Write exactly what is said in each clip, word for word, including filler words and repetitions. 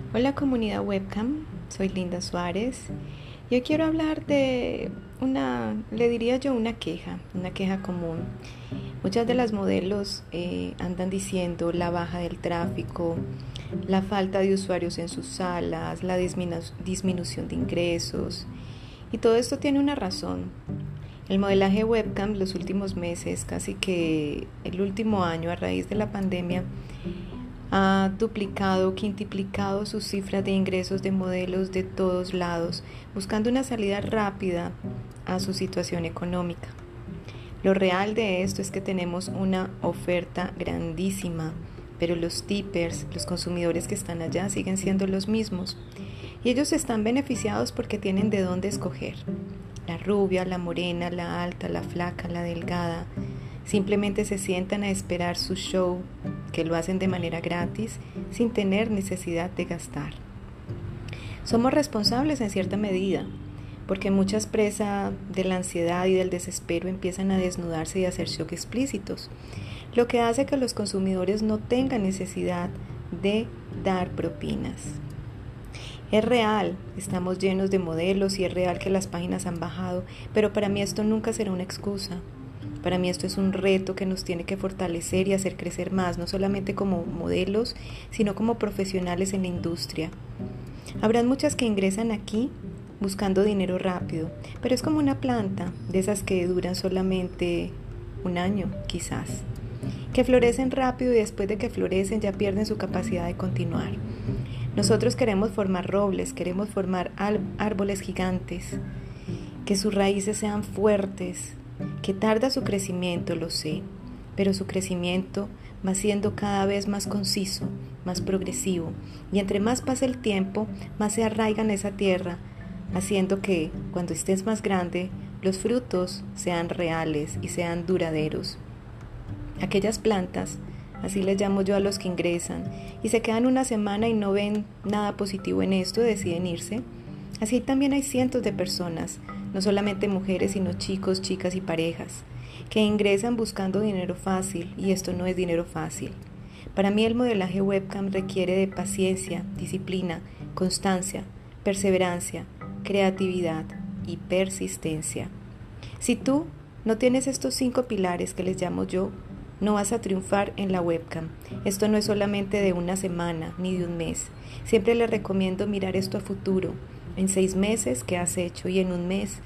Hola comunidad webcam, soy Linda Suárez y hoy quiero hablar de una, le diría yo una queja, una queja común. Muchas de las modelos eh, andan diciendo la baja del tráfico, la falta de usuarios en sus salas, la disminu- disminución de ingresos y todo esto tiene una razón. El modelaje webcam los últimos meses, casi que el último año a raíz de la pandemia, ha duplicado, quintuplicado sus cifras de ingresos de modelos de todos lados, buscando una salida rápida a su situación económica. Lo real de esto es que tenemos una oferta grandísima, pero los tippers, los consumidores que están allá, siguen siendo los mismos. Y ellos están beneficiados porque tienen de dónde escoger. La rubia, la morena, la alta, la flaca, la delgada. Simplemente se sientan a esperar su show, que lo hacen de manera gratis, sin tener necesidad de gastar. Somos responsables en cierta medida, porque muchas presas de la ansiedad y del desespero empiezan a desnudarse y a hacer shock explícitos, lo que hace que los consumidores no tengan necesidad de dar propinas. Es real, estamos llenos de modelos y es real que las páginas han bajado, pero para mí esto nunca será una excusa. Para mí esto es un reto que nos tiene que fortalecer y hacer crecer más, no solamente como modelos, sino como profesionales en la industria. Habrán muchas que ingresan aquí buscando dinero rápido, pero es como una planta, de esas que duran solamente un año, quizás, que florecen rápido y después de que florecen ya pierden su capacidad de continuar. Nosotros queremos formar robles, queremos formar árboles gigantes, que sus raíces sean fuertes, que tarda su crecimiento, lo sé, pero su crecimiento va siendo cada vez más conciso, más progresivo, y entre más pasa el tiempo, más se arraiga en esa tierra, haciendo que, cuando estés más grande, los frutos sean reales y sean duraderos. Aquellas plantas, así les llamo yo a los que ingresan, y se quedan una semana y no ven nada positivo en esto, deciden irse. Así también hay cientos de personas, no solamente mujeres, sino chicos, chicas y parejas, que ingresan buscando dinero fácil, y esto no es dinero fácil. Para mí el modelaje webcam requiere de paciencia, disciplina, constancia, perseverancia, creatividad y persistencia. Si tú no tienes estos cinco pilares que les llamo yo, no vas a triunfar en la webcam. Esto no es solamente de una semana ni de un mes. Siempre les recomiendo mirar esto a futuro. En seis meses, ¿qué has hecho? Y en un mes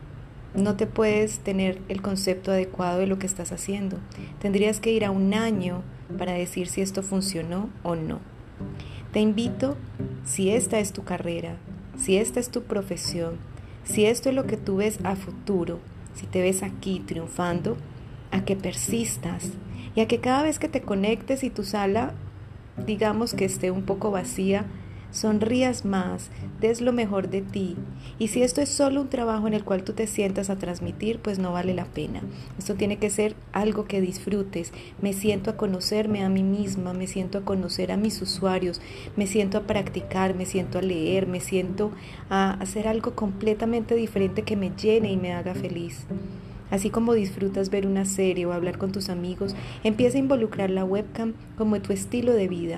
no te puedes tener el concepto adecuado de lo que estás haciendo. Tendrías que ir a un año para decir si esto funcionó o no. Te invito, si esta es tu carrera, si esta es tu profesión, si esto es lo que tú ves a futuro, si te ves aquí triunfando, a que persistas y a que cada vez que te conectes y tu sala, digamos que esté un poco vacía, sonrías más, des lo mejor de ti. Y si esto es solo un trabajo en el cual tú te sientas a transmitir, pues no vale la pena. Esto tiene que ser algo que disfrutes. Me siento a conocerme a mí misma, me siento a conocer a mis usuarios, me siento a practicar, me siento a leer, me siento a hacer algo completamente diferente que me llene y me haga feliz. Así como disfrutas ver una serie o hablar con tus amigos, empieza a involucrar la webcam como tu estilo de vida.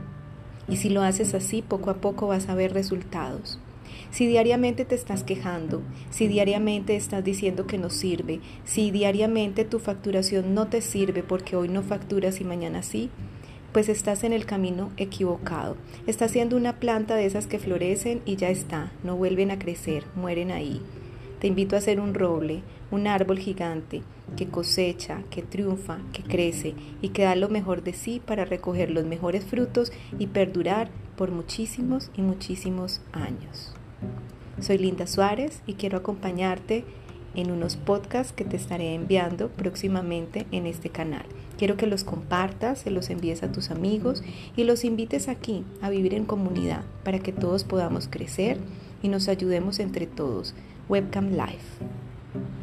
Y si lo haces así, poco a poco vas a ver resultados. Si diariamente te estás quejando, si diariamente estás diciendo que no sirve, si diariamente tu facturación no te sirve porque hoy no facturas y mañana sí, pues estás en el camino equivocado. Estás siendo una planta de esas que florecen y ya está, no vuelven a crecer, mueren ahí. Te invito a ser un roble, un árbol gigante, que cosecha, que triunfa, que crece y que da lo mejor de sí para recoger los mejores frutos y perdurar por muchísimos y muchísimos años. Soy Linda Suárez y quiero acompañarte en unos podcasts que te estaré enviando próximamente en este canal. Quiero que los compartas, se los envíes a tus amigos y los invites aquí a vivir en comunidad para que todos podamos crecer y nos ayudemos entre todos. Webcam Life.